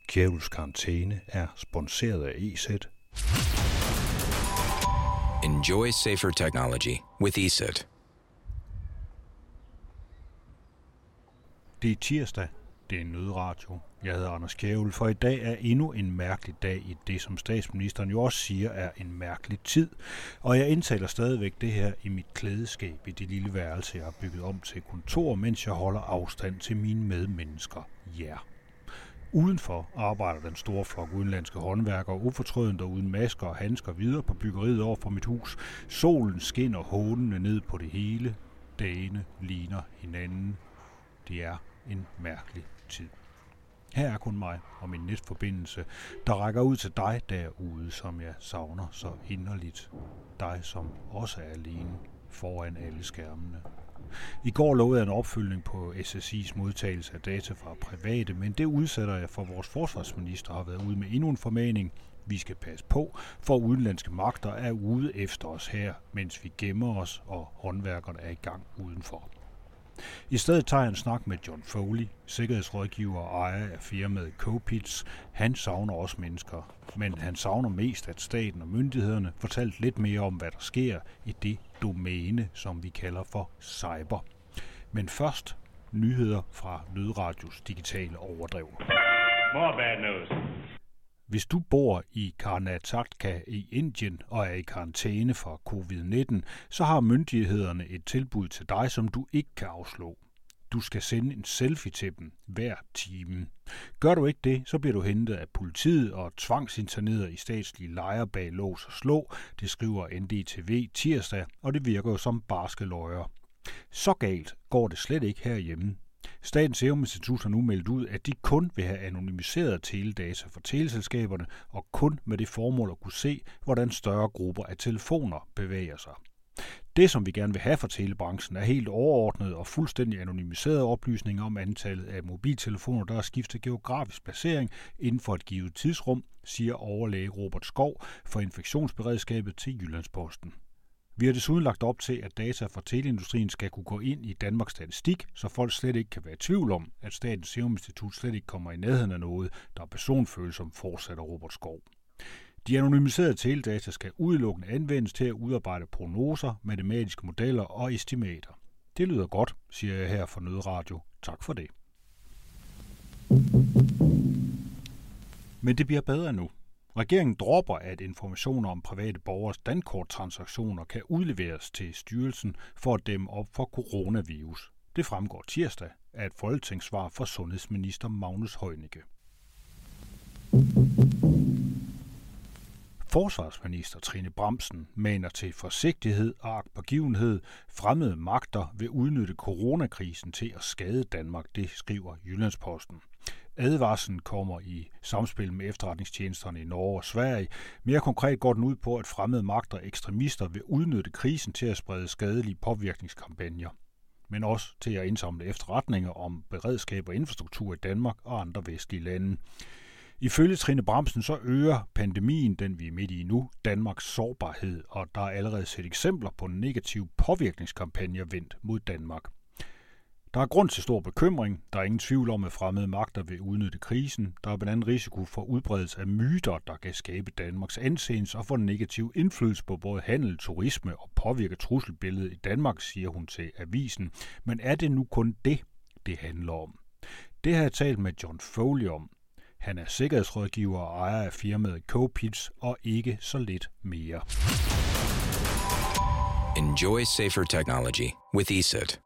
Djævels Karantæne er sponsoreret af EZ. Enjoy safer technology with EZ. Det er tirsdag. Det er en nødradio. Jeg hedder Anders Kjævel, for i dag er endnu en mærkelig dag i det, som statsministeren jo også siger, er en mærkelig tid. Og jeg indtaler stadigvæk det her i mit klædeskab i det lille værelse, jeg har bygget om til kontor, mens jeg holder afstand til mine medmennesker. Ja. Udenfor arbejder den store flok udenlandske håndværkere ufortrødent og uden masker og handsker videre på byggeriet over for mit hus. Solen skinner hånende ned på det hele. Dagene ligner hinanden. Det er en mærkelig tid. Her er kun mig og min netforbindelse, der rækker ud til dig derude, som jeg savner så inderligt. Dig, som også er alene foran alle skærmene. I går lovede jeg en opfølgning på SSI's modtagelse af data fra private, men det udsætter jeg, for vores forsvarsminister har været ude med endnu en formaning. Vi skal passe på, for udenlandske magter er ude efter os her, mens vi gemmer os, og håndværkerne er i gang udenfor. I stedet tager jeg en snak med John Foley, sikkerhedsrådgiver og ejer af firmaet Copits. Han savner også mennesker, men han savner mest, at staten og myndighederne fortalte lidt mere om, hvad der sker i det domæne, som vi kalder for cyber. Men først nyheder fra Nødradios digitale overdrev. More bad news. Hvis du bor i Karnataka i Indien og er i karantæne for covid-19, så har myndighederne et tilbud til dig, som du ikke kan afslå. Du skal sende en selfie til dem hver time. Gør du ikke det, så bliver du hentet af politiet og tvangsinterneret i statslige lejre bag lås og slå. Det skriver NDTV tirsdag, og det virker jo som barske løjer. Så galt går det slet ikke herhjemme. Statens Serum Institut har nu meldt ud, at de kun vil have anonymiseret teledata for teleselskaberne, og kun med det formål at kunne se, hvordan større grupper af telefoner bevæger sig. Det, som vi gerne vil have for telebranchen, er helt overordnet og fuldstændig anonymiserede oplysninger om antallet af mobiltelefoner, der har skiftet geografisk placering inden for et givet tidsrum, siger overlæge Robert Skov for infektionsberedskabet til Jyllandsposten. Vi har desuden lagt op til, at data fra teleindustrien skal kunne gå ind i Danmarks Statistik, så folk slet ikke kan være i tvivl om, at Statens Serum Institut slet ikke kommer i nærheden af noget, der er personfølsomt, fortsætter Robert Skov. De anonymiserede teledata skal udelukkende anvendes til at udarbejde prognoser, matematiske modeller og estimater. Det lyder godt, siger jeg her for Nødradio. Tak for det. Men det bliver bedre nu. Regeringen dropper, at informationer om private borgers dankorttransaktioner kan udleveres til styrelsen for at dæmme op for coronavirus. Det fremgår tirsdag af et folketingssvar fra sundhedsminister Magnus Heunicke. Forsvarsminister Trine Bramsen maner til forsigtighed og agtpågivenhed. Fremmede magter vil udnytte coronakrisen til at skade Danmark, det skriver Jyllandsposten. Advarslen kommer i samspil med efterretningstjenesterne i Norge og Sverige. Mere konkret går den ud på, at fremmede magter og ekstremister vil udnytte krisen til at sprede skadelige påvirkningskampagner, men også til at indsamle efterretninger om beredskab og infrastruktur i Danmark og andre vestlige lande. Ifølge Trine Bramsen så øger pandemien, den vi er midt i nu, Danmarks sårbarhed, og der er allerede set eksempler på negative påvirkningskampagner vendt mod Danmark. Der er grund til stor bekymring. Der er ingen tvivl om, at fremmede magter vil udnytte krisen. Der er blandt andet risiko for udbredelse af myter, der kan skabe Danmarks anseelse og få negativ indflydelse på både handel, turisme og påvirke trusselbilledet i Danmark, siger hun til avisen. Men er det nu kun det handler om? Det har jeg talt med John Foley om. Han er sikkerhedsrådgiver og ejer af firmaet Copits og ikke så lidt mere. Enjoy safer technology with EZ.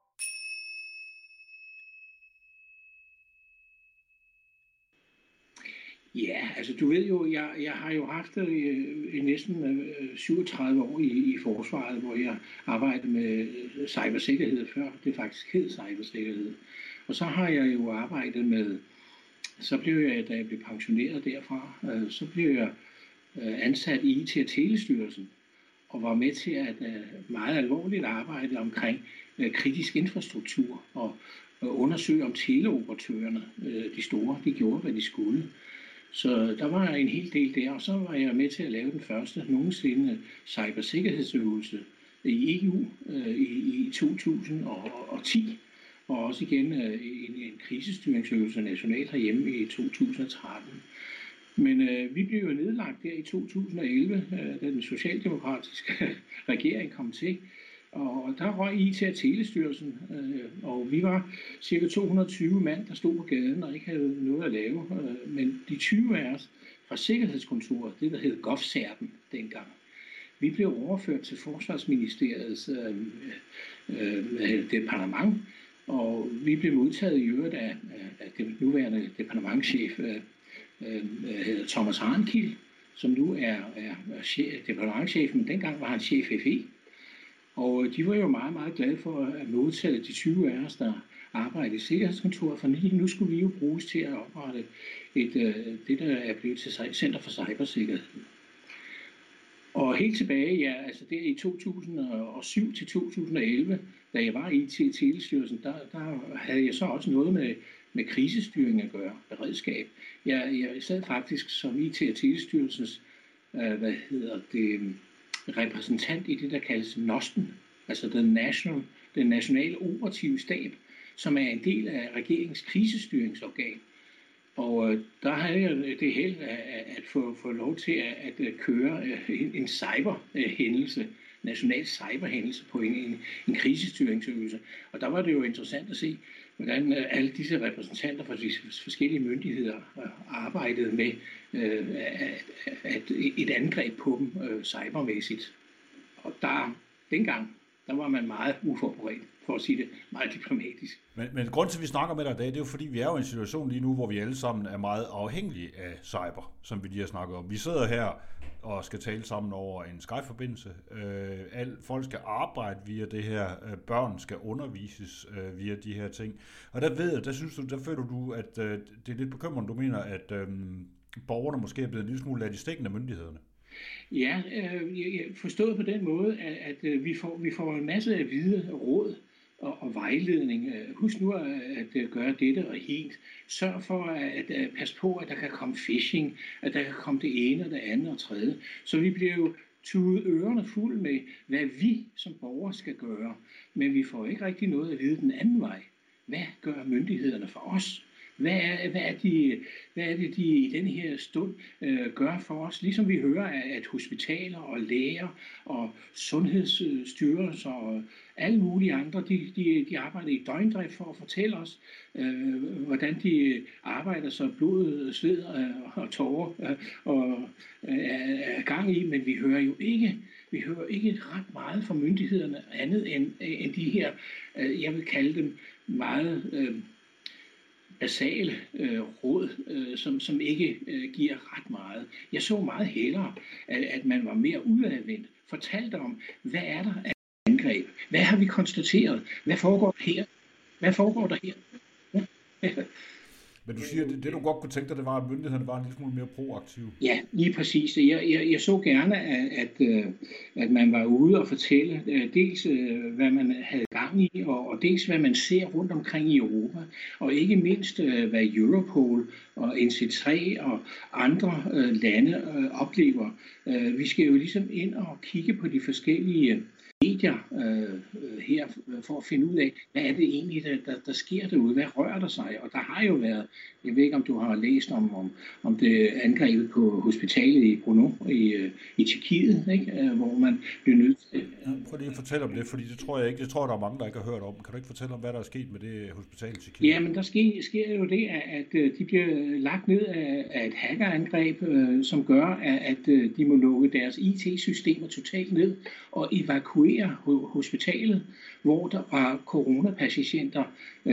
Ja, altså du ved jo, jeg har jo haft næsten 37 år i forsvaret, hvor jeg arbejdede med cybersikkerhed før. Det faktisk hed cybersikkerhed. Og så har jeg jo arbejdet med, så blev jeg, da jeg blev pensioneret derfra, så blev jeg ansat i IT- og Telestyrelsen og var med til at meget alvorligt arbejde omkring kritisk infrastruktur og undersøge om teleoperatørerne, de store, de gjorde, hvad de skulle. Så der var en hel del der, og så var jeg med til at lave den første nogensinde cybersikkerhedsøvelse i EU i 2010, og også igen en krisestyringsøvelse nationalt herhjemme i 2013. Men vi blev jo nedlagt der i 2011, da den socialdemokratiske regering kom til. Og der røg IT- og Telestyrelsen, og vi var cirka 220 mand, der stod på gaden og ikke havde noget at lave. Men de 20 af os fra Sikkerhedskontoret, det der hed GovCerten dengang, vi blev overført til Forsvarsministeriets departement, og vi blev modtaget i øvrigt af den nuværende departementschef, hedder Thomas Harnkiel, som nu er departementschef, men dengang var han chef FE. Og de var jo meget, meget glade for at modtage de 20 af os, der arbejdede i Sikkerhedskontoret, for nu skulle vi jo bruges til at oprette det, der er blevet til Center for Cybersikkerhed. Og helt tilbage, ja, altså der i 2007 til 2011, da jeg var i IT- og Telestyrelsen, der havde jeg så også noget med krisestyring at gøre, beredskab. Jeg sad faktisk som IT- og Telestyrelsens, repræsentant i det, der kaldes NOSTEN, altså den nationale operative stab, som er en del af regeringens krisestyringsorgan. Og der havde jeg det held at få lov til at køre en cyberhændelse, national cyberhændelse på en krisestyringsøvelse. Og der var det jo interessant at se, hvordan alle disse repræsentanter fra de forskellige myndigheder arbejdede med et angreb på dem cybermæssigt. Og dengang var man meget uforberedt, for at sige det meget diplomatisk. Men grund til, at vi snakker med dig i dag, det er jo fordi, vi er jo i en situation lige nu, hvor vi alle sammen er meget afhængige af cyber, som vi lige har snakket om. Vi sidder her og skal tale sammen over en Skype-forbindelse. Folk skal arbejde via det her. Børn skal undervises via de her ting. Og der føler du, at det er lidt bekymrende, du mener, at borgerne måske er blevet en lille smule ladt i stikken af myndighederne. Ja, forstået på den måde, at vi får en masse af hvide råd og vejledning. Husk nu at gøre dette og helt. Sørg for at passe på, at der kan komme phishing, at der kan komme det ene og det andet og tredje. Så vi bliver jo tudet ørerne fuld med, hvad vi som borgere skal gøre. Men vi får ikke rigtig noget at vide den anden vej. Hvad gør myndighederne for os? Hvad er det, de i den her stund gør for os? Ligesom vi hører, at hospitaler og læger og sundhedsstyrelser og alle mulige andre, de arbejder i døgndrift for at fortælle os, hvordan de arbejder, så blod, sved og tårer og er gang i. Men vi hører jo ikke ret meget fra myndighederne andet end de her, jeg vil kalde dem meget basale råd, som ikke giver ret meget. Jeg så meget hellere, at man var mere udadvendt, fortalte om, hvad er der af angreb? Hvad har vi konstateret? Hvad foregår her? Hvad foregår der her? Men du siger, at det du godt kunne tænke dig, det var, at myndighederne var en lille smule mere proaktive. Ja, lige præcis. Jeg så gerne, at man var ude og fortælle dels, hvad man havde gang i, og dels, hvad man ser rundt omkring i Europa. Og ikke mindst, hvad Europol og NC3 og andre lande oplever. Vi skal jo ligesom ind og kigge på de forskellige medier her for at finde ud af, hvad er det egentlig, der sker derude? Hvad rører der sig? Og der har jo været, jeg ved ikke, om du har læst om det angrebet på hospitalet i Brno i Tjekkiet, ikke? Hvor man blev nødt til... Prøv lige at fortælle om det, fordi det tror jeg ikke. Det tror jeg, der er mange, der ikke har hørt om. Kan du ikke fortælle om, hvad der er sket med det hospital i Tjekkiet? Ja, men der sker jo det, at de bliver lagt ned af et hackerangreb, som gør, at de må lukke deres IT-systemer totalt ned og evakuere hospitalet, hvor der var coronapatienter,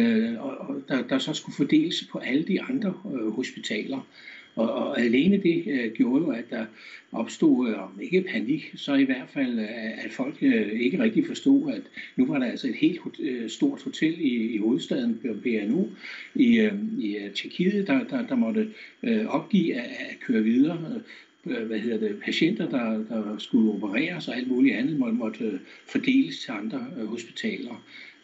der så skulle fordeles på alle de andre hospitaler. Og alene det gjorde jo, at der opstod, om ikke panik, så i hvert fald, at folk ikke rigtig forstod, at nu var der altså et helt stort hotel i hovedstaden Brno i Tjekkiet, der måtte opgive at køre videre. Patienter, der skulle opereres og alt muligt andet, måtte fordeles til andre hospitaler.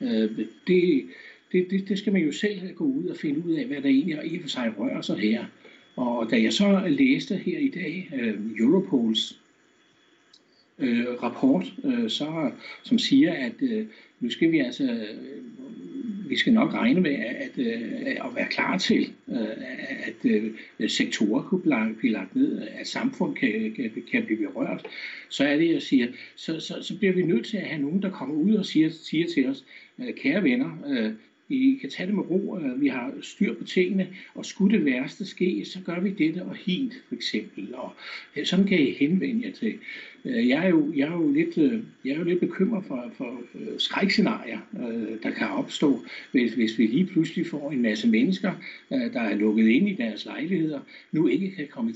Det skal man jo selv gå ud og finde ud af, hvad der egentlig i og for sig rører sig her. Og da jeg så læste her i dag Europols rapport, som siger, at nu skal vi vi skal nok regne med at være klar til, at sektorer kunne blive lagt ned, at samfund kan blive berørt. Så er det, jeg siger, så bliver vi nødt til at have nogen, der kommer ud og siger til os, kære venner, vi kan tage det med ro, vi har styr på tingene, og skulle det værste ske, så gør vi dette og hint, for eksempel. Og sådan kan I henvende jer til. Jeg er jo lidt bekymret for skrækscenarier, der kan opstå, hvis vi lige pludselig får en masse mennesker, der er lukket ind i deres lejligheder, nu ikke kan komme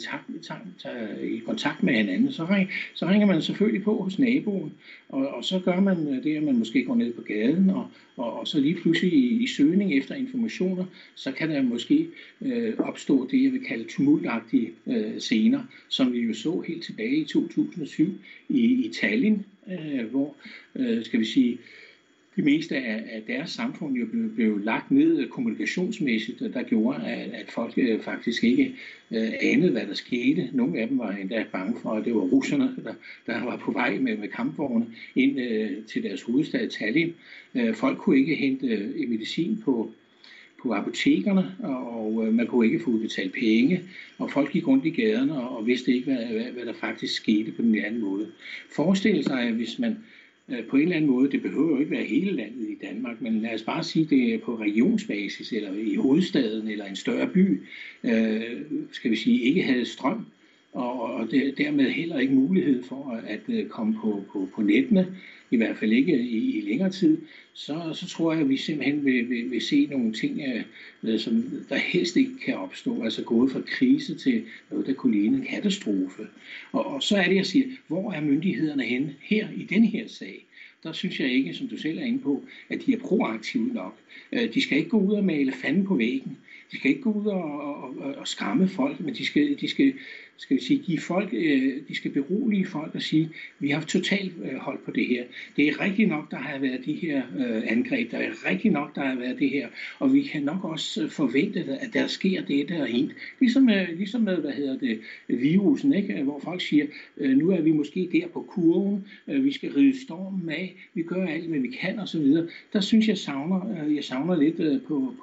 i kontakt med hinanden. Så ringer man selvfølgelig på hos naboen, og så gør man det, at man måske går ned på gaden, og så lige pludselig i søgning efter informationer, så kan der måske opstå det, jeg vil kalde tumultagtige scener, som vi jo så helt tilbage i 2007 i Tallinn, hvor, skal vi sige, det meste af deres samfund jo blev lagt ned kommunikationsmæssigt, der gjorde, at folk faktisk ikke anede, hvad der skete. Nogle af dem var endda bange for, at det var russerne, der var på vej med kampvogne ind til deres hovedstad Tallinn. Folk kunne ikke hente medicin på apotekerne, og man kunne ikke få udbetalt penge, og folk gik rundt i gaderne og vidste ikke, hvad der faktisk skete på den anden måde. Forestil sig, at hvis man på en eller anden måde, det behøver jo ikke være hele landet i Danmark, men lad os bare sige, det er på regionsbasis, eller i hovedstaden, eller en større by, skal vi sige, ikke havde strøm, og dermed heller ikke mulighed for at komme på nettene, i hvert fald ikke i længere tid, så tror jeg, at vi simpelthen vil se nogle ting, som der helst ikke kan opstå, altså gået fra krise til noget, der kunne ligne en katastrofe. Og så er det, jeg siger, hvor er myndighederne henne her i den her sag? Der synes jeg ikke, som du selv er inde på, at de er proaktive nok. De skal ikke gå ud og male fanden på væggen. De skal ikke gå ud og skræmme folk, men de skal sige, give folk, de skal berolige folk og sige, vi har totalt hold på det her. Det er rigtigt nok, der har været de her angreb, der er rigtigt nok, der har været det her, og vi kan nok også forvente, at der sker det og hent. Ligesom med, virusen, ikke? Hvor folk siger, nu er vi måske der på kurven, vi skal ride stormen af, vi gør alt, hvad vi kan osv. Der synes jeg savner lidt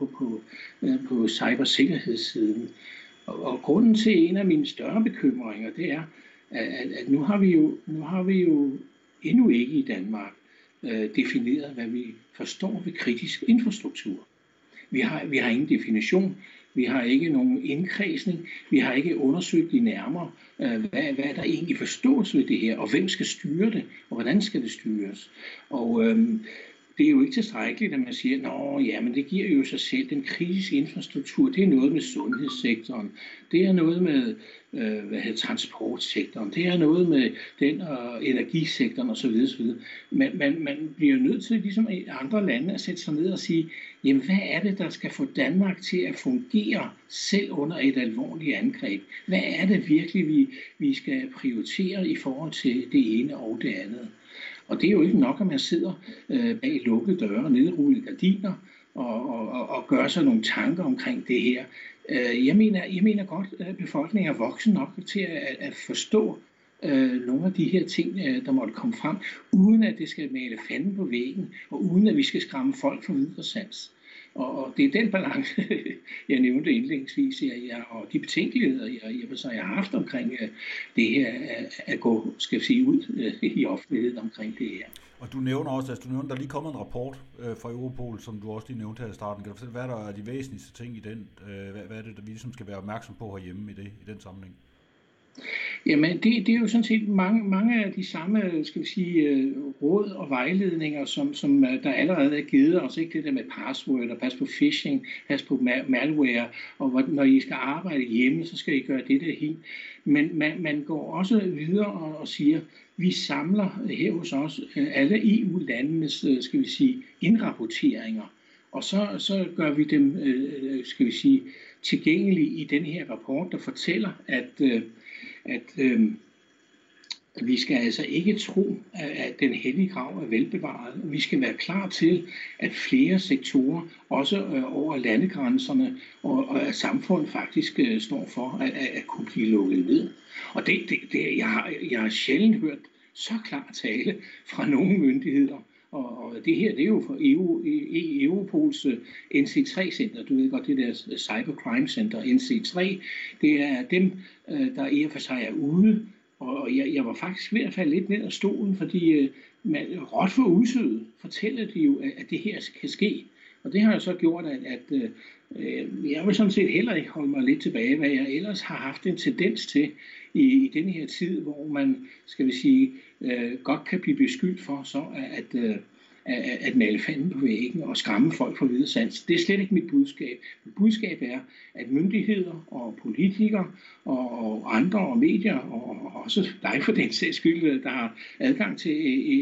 på cybersikkerhedssiden. Og grunden til en af mine større bekymringer, det er, at nu har vi jo endnu ikke i Danmark defineret, hvad vi forstår ved kritisk infrastruktur. Vi har ingen definition, vi har ikke nogen indkredsning, vi har ikke undersøgt det nærmere, hvad der egentlig forstås ved det her, og hvem skal styre det, og hvordan skal det styres. Og det er jo ikke tilstrækkeligt, at man siger, men det giver jo sig selv. Den kritiske infrastruktur, det er noget med sundhedssektoren, det er noget med transportsektoren, det er noget med den og energisektoren osv. Men man bliver nødt til, ligesom i andre lande, at sætte sig ned og sige, jamen hvad er det, der skal få Danmark til at fungere selv under et alvorligt angreb? Hvad er det virkelig, vi skal prioritere i forhold til det ene og det andet? Og det er jo ikke nok, at man sidder bag lukkede døre og nedrullede gardiner og gør sig nogle tanker omkring det her. Jeg mener godt, at befolkningen er voksen nok til at forstå nogle af de her ting, der måtte komme frem, uden at det skal male fanden på væggen, og uden at vi skal skræmme folk for videre sans. Og det er den balance, jeg nævnte indlægsvis, og de betænkeligheder, jeg har haft omkring det her, at gå, skal vi sige, ud i offentligheden omkring det her. Og du nævner også, at der er lige kommet en rapport fra Europol, som du også lige nævnte her i starten. Kan du fortælle, hvad der er de væsentligste ting i den? Hvad er det, der vi ligesom skal være opmærksom på herhjemme i den sammenhæng? Jamen, det er jo sådan set mange af de samme, skal vi sige, råd og vejledninger, som der allerede er givet os. Ikke det der med password og pas på phishing, pas på malware, og når I skal arbejde hjemme, så skal I gøre det der hin. Men man går også videre og siger, vi samler her hos os alle EU-landenes, skal vi sige, indrapporteringer. Og så gør vi dem, skal vi sige, tilgængelige i den her rapport, der fortæller, at vi skal altså ikke tro, at den hellige grav er velbevaret. Vi skal være klar til, at flere sektorer, også over landegrænserne og at samfundet faktisk står for at kunne blive lukket ned. Og jeg har sjældent hørt så klar tale fra nogle myndigheder Og det her, det er jo fra Europols NC3-center. Du ved godt, det der Cybercrime Center, NC3. Det er dem, der i og for sig er ude. Og jeg var faktisk ved at falde lidt ned af stolen, fordi råt for usødet fortæller de jo, at det her kan ske. Og det har jo så gjort, at jeg vil sådan set heller ikke holde mig lidt tilbage, hvad jeg ellers har haft en tendens til i denne her tid, hvor man, skal vi sige, godt kan blive beskyldt for så at male fanden på væggen og skræmme folk for videre sans. Det er slet ikke mit budskab. Mit budskab er, at myndigheder og politikere og andre og medier, og også dig for den sags skyld, der har adgang til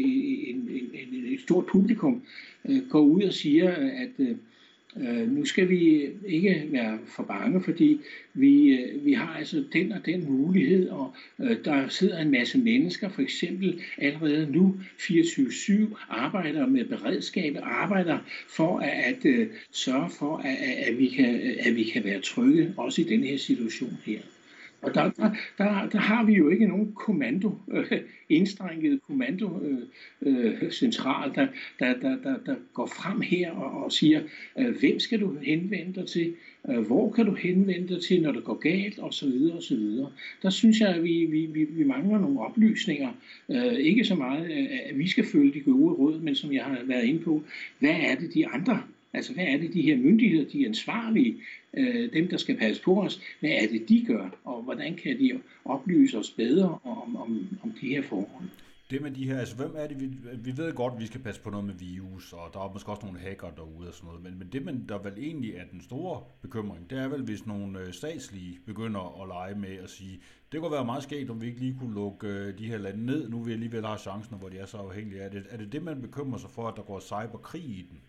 et stort publikum, går ud og siger, at nu skal vi ikke være for bange, fordi vi har altså den og den mulighed, og der sidder en masse mennesker, for eksempel allerede nu 24/7, arbejder med beredskab, arbejder for at sørge for, at vi kan være trygge, også i den her situation her. Og der har vi jo ikke nogen enstrenget kommandocentral, der går frem her og siger, hvem skal du henvende dig til, hvor kan du henvende dig til, når det går galt, osv. osv. Der synes jeg, at vi mangler nogle oplysninger. Ikke så meget, at vi skal følge de gode råd, men som jeg har været inde på, hvad er det de andre, altså hvad er det de her myndigheder, de ansvarlige, dem der skal passe på os, hvad er det de gør, og hvordan kan de oplyse os bedre om de her forhold? Det med de her, altså hvem er det, vi ved godt, at vi skal passe på noget med virus, og der er måske også nogle hacker derude og sådan noget, men det, der vel egentlig er den store bekymring, det er vel, hvis nogle statslige begynder at lege med at sige, det kunne være meget skægt, om vi ikke lige kunne lukke de her lande ned, nu vil jeg alligevel have chancen, hvor de er så afhængige af det. Er det, man bekymrer sig for, at der går cyberkrig i den?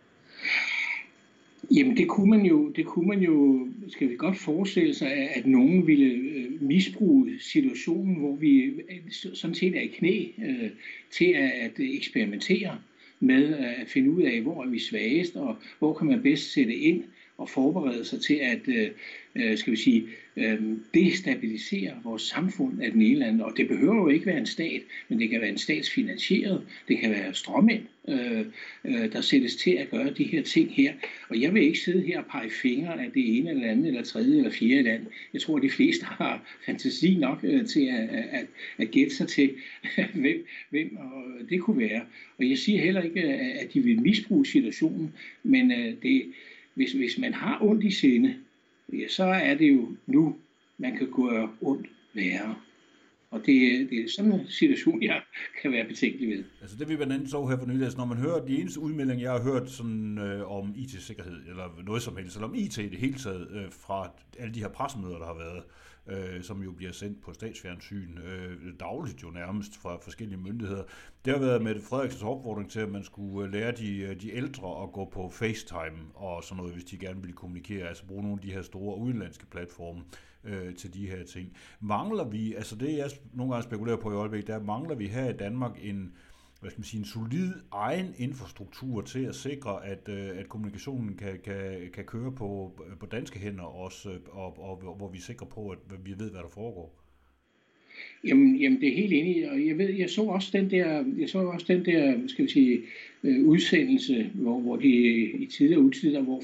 Jamen det kunne man jo, skal vi godt forestille sig, at nogen ville misbruge situationen, hvor vi sådan set er i knæ til at eksperimentere med at finde ud af, hvor er vi svagest, og hvor kan man bedst sætte ind og forberede sig til at, skal vi sige, destabilisere vores samfund af den ene eller anden. Og det behøver jo ikke være en stat, men det kan være en statsfinansieret, det kan være strømmænd, der sættes til at gøre de her ting her. Og jeg vil ikke sidde her og pege fingre af det ene eller andet, eller tredje eller fjerde land. Jeg tror, at de fleste har fantasi nok til at gætte sig til, hvem det kunne være. Og jeg siger heller ikke, at de vil misbruge situationen, men hvis man har ondt i sinde, så er det jo nu, man kan gøre ondt værre. Og det er sådan en situation, jeg kan være betænkelig ved. Altså det vi blandt andet så her for nylig, altså når man hører de eneste udmeldinger, jeg har hørt sådan, om IT-sikkerhed, eller noget som helst, eller om IT i det hele taget, fra alle de her pressemøder, der har været, som jo bliver sendt på statsfjernsyn dagligt jo nærmest fra forskellige myndigheder. Det har været Mette Frederiksens opfordring til, at man skulle lære de ældre at gå på FaceTime og sådan noget, hvis de gerne ville kommunikere, altså bruge nogle af de her store udenlandske platforme til de her ting. Mangler vi, altså det jeg nogle gange spekulerer på i øjeblikket, der mangler vi her i Danmark en solid egen infrastruktur til at sikre, at kommunikationen kan køre på danske hænder også, og hvor vi er sikre på, at vi ved, hvad der foregår. Jamen det er helt enig, og jeg så også den der, skal vi sige, udsendelse, hvor de i tidligere udtider, hvor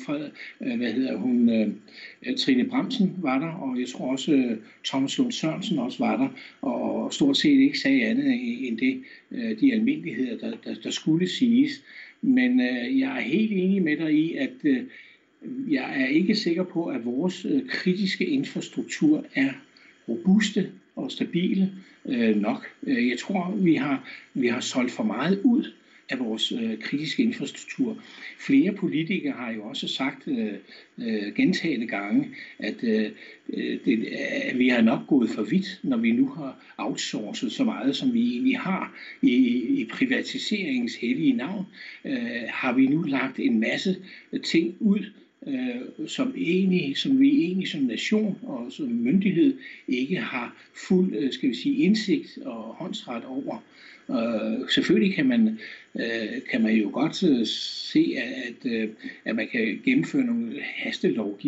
Trine Bramsen var der, og jeg tror også Thomas Lund Sørensen også var der, og stort set ikke sagde andet end det, de almindeligheder, der skulle siges. Men jeg er helt enig med dig i, at jeg er ikke sikker på, at vores kritiske infrastruktur er robuste og stabile nok. Jeg tror, vi har solgt for meget ud af vores kritiske infrastruktur. Flere politikere har jo også sagt gentagne gange, at vi har nok gået for vidt, når vi nu har outsourcet så meget, som vi egentlig har i privatiseringens hellige navn. Har vi nu lagt en masse ting ud, som vi egentlig som nation og som myndighed ikke har fuld, skal vi sige, indsigt og håndsret over. Selvfølgelig kan man jo godt se, at man kan gennemføre nogle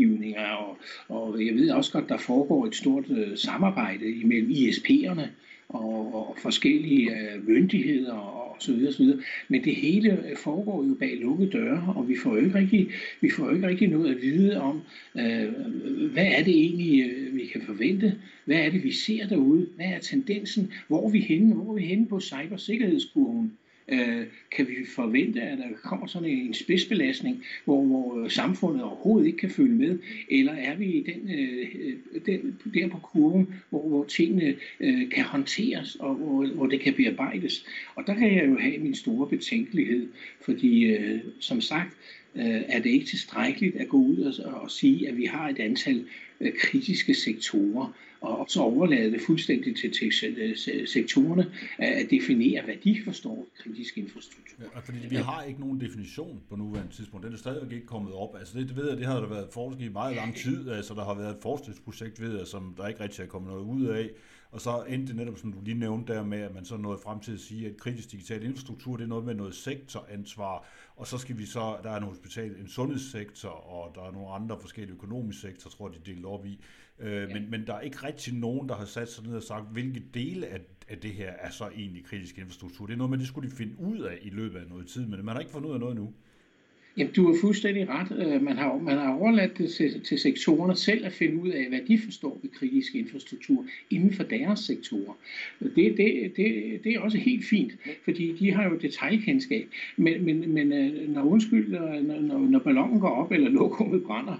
hastelovgivninger, og jeg ved også godt, der foregår et stort samarbejde imellem ISP'erne og forskellige myndigheder og så videre, så videre. Men det hele foregår jo bag lukkede døre, og vi får jo ikke rigtig noget at vide om, hvad er det egentlig, vi kan forvente? Hvad er det, vi ser derude? Hvad er tendensen? Hvor er vi henne på cybersikkerhedskurven? Kan vi forvente, at der kommer sådan en spidsbelastning, hvor samfundet overhovedet ikke kan følge med? Eller er vi i der på kurven, hvor tingene kan håndteres, og hvor det kan bearbejdes? Og der kan jeg jo have min store betænkelighed, fordi som sagt, er det ikke tilstrækkeligt at gå ud og sige, at vi har et antal kritiske sektorer, og så overlade det fuldstændig til sektorerne at definere, hvad de forstår ved kritisk infrastruktur. Ja, fordi vi har ikke nogen definition på nuværende tidspunkt. Den er stadigvæk ikke kommet op. Altså det ved jeg, det har der været forsket i meget lang tid. Altså der har været et forskningsprojekt, ved jeg, som der ikke rigtig er kommet noget ud af. Og så endte det netop, som du lige nævnte der med, at man så nåede frem til at sige, at kritisk digital infrastruktur, det er noget med noget sektoransvar, og så skal vi så, der er en sundhedssektor, og der er nogle andre forskellige økonomiske sektorer, tror jeg, de er delt op i. Men der er ikke rigtig nogen, der har sat sig ned og sagt, hvilke dele af det her er så egentlig kritisk infrastruktur. Det er noget med, det skulle de finde ud af i løbet af noget tid, men man har ikke fundet ud af noget nu. Jamen, du er fuldstændig ret. Man har overladt det til sektorerne selv at finde ud af, hvad de forstår ved kritisk infrastruktur inden for deres sektorer. Det er også helt fint, fordi de har jo detaljkendskab. Men når ballonen går op, eller lokummet brænder,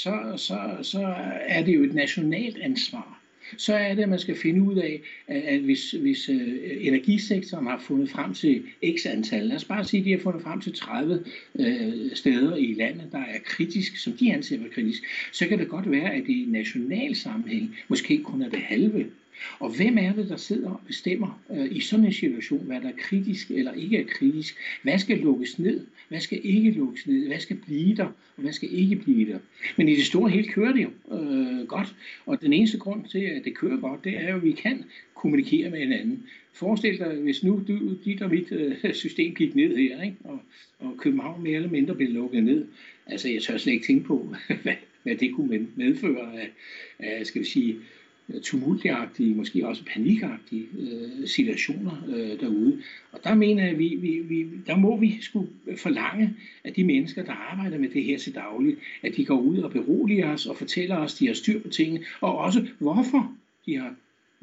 så er det jo et nationalt ansvar. Så er det, at man skal finde ud af, at hvis energisektoren har fundet frem til x antal, lad os bare sige, at de har fundet frem til 30 steder i landet, der er kritisk, som de anser for kritisk, så kan det godt være, at det i national sammenhæng måske kun er det halve. Og hvem er det, der sidder og bestemmer i sådan en situation, hvad der er kritisk eller ikke er kritisk? Hvad skal lukkes ned? Hvad skal ikke lukkes ned? Hvad skal blive der? Og hvad skal ikke blive der? Men i det store hele kører det jo godt. Og den eneste grund til, at det kører godt, det er jo, at vi kan kommunikere med hinanden. Forestil dig, hvis nu dit og mit system gik ned her, ikke? Og København mere eller mindre blev lukket ned. Altså, jeg tør slet ikke tænke på, hvad det kunne medføre af skal vi sige, tumultagtige, måske også panikagtige situationer derude. Og der mener jeg, der må vi skulle forlange af de mennesker, der arbejder med det her til dagligt, at de går ud og beroliger os og fortæller os, at de har styr på tingene, og også hvorfor de har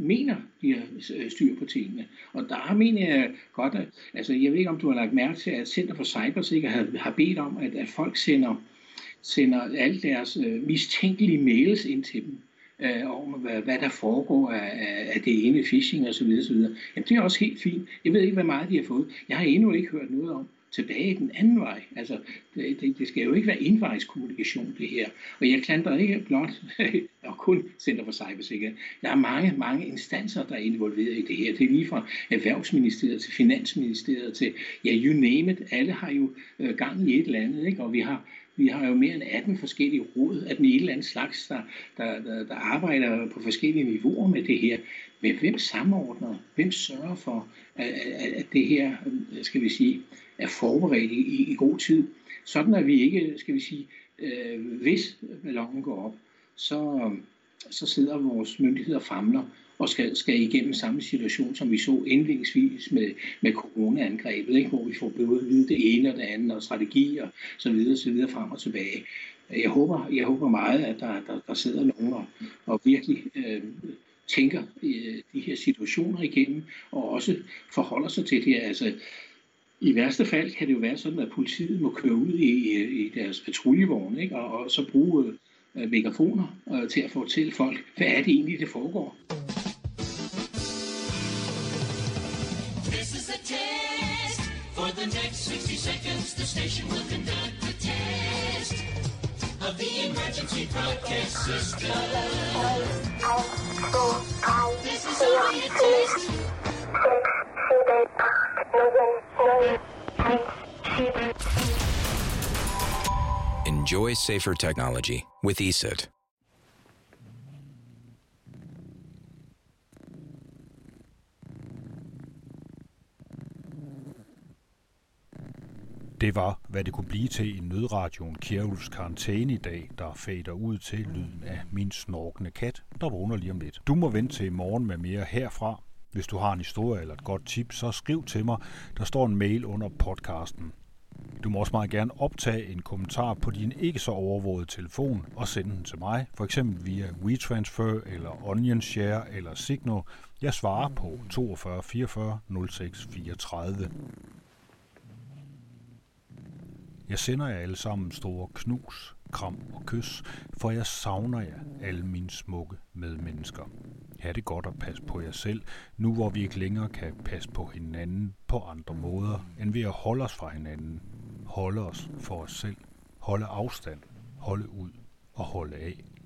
styr på tingene. Og der mener jeg godt, altså jeg ved ikke, om du har lagt mærke til, at Center for Cybersikkerhed har bedt om, at folk sender alle deres mistænkelige mails ind til dem, om hvad der foregår af det ene phishing og så videre, så videre. Jamen det er også helt fint. Jeg ved ikke, hvor meget de har fået. Jeg har endnu ikke hørt noget om tilbage den anden vej. Altså, det skal jo ikke være envejskommunikation, det her. Og jeg klandrer ikke blot og kun Center for Cybersikkerhed. Der er mange, mange instanser, der er involveret i det her. Det er lige fra Erhvervsministeriet til Finansministeriet til, ja, you name it. Alle har jo gang i et eller andet, ikke? Og vi har jo mere end 18 forskellige råd af den ene eller anden slags, der arbejder på forskellige niveauer med det her. Men hvem samordner? Hvem sørger for, at det her, skal vi sige, er forberedt i god tid? Sådan at vi ikke, skal vi sige, hvis ballonen går op, så sidder vores myndigheder og famler og skal igennem samme situation, som vi så indledningsvis med corona-angrebet, ikke? Hvor vi får både vide det ene og det andet, og strategier, så videre frem og tilbage. Jeg håber meget, at der sidder nogen og virkelig tænker de her situationer igennem, og også forholder sig til det. Altså, i værste fald kan det jo være sådan, at politiet må køre ud i deres patruljevogne, ikke? Og så bruge megafoner til at fortælle folk, hvad er det egentlig, det foregår. This is a test. For the next 60 seconds, the station will conduct a test of the emergency broadcast system. This is only a test. Enjoy safer technology with ESET. Det var, hvad det kunne blive til i nødradioen Kjærulfs karantæne i dag, der fader ud til lyden af min snorkende kat, der vågner lige om lidt. Du må vente til i morgen med mere herfra. Hvis du har en historie eller et godt tip, så skriv til mig. Der står en mail under podcasten. Du må også meget gerne optage en kommentar på din ikke så overvågede telefon og sende den til mig, for eksempel via WeTransfer eller OnionShare eller Signal. Jeg svarer på 42 44 06 34. Jeg sender jer alle sammen store knus, kram og kys, for jeg savner jer, alle mine smukke medmennesker. Ha' det godt og pas på jer selv, nu hvor vi ikke længere kan passe på hinanden på andre måder, end ved at holde os fra hinanden. Holde os for os selv, holde afstand, holde ud og holde af.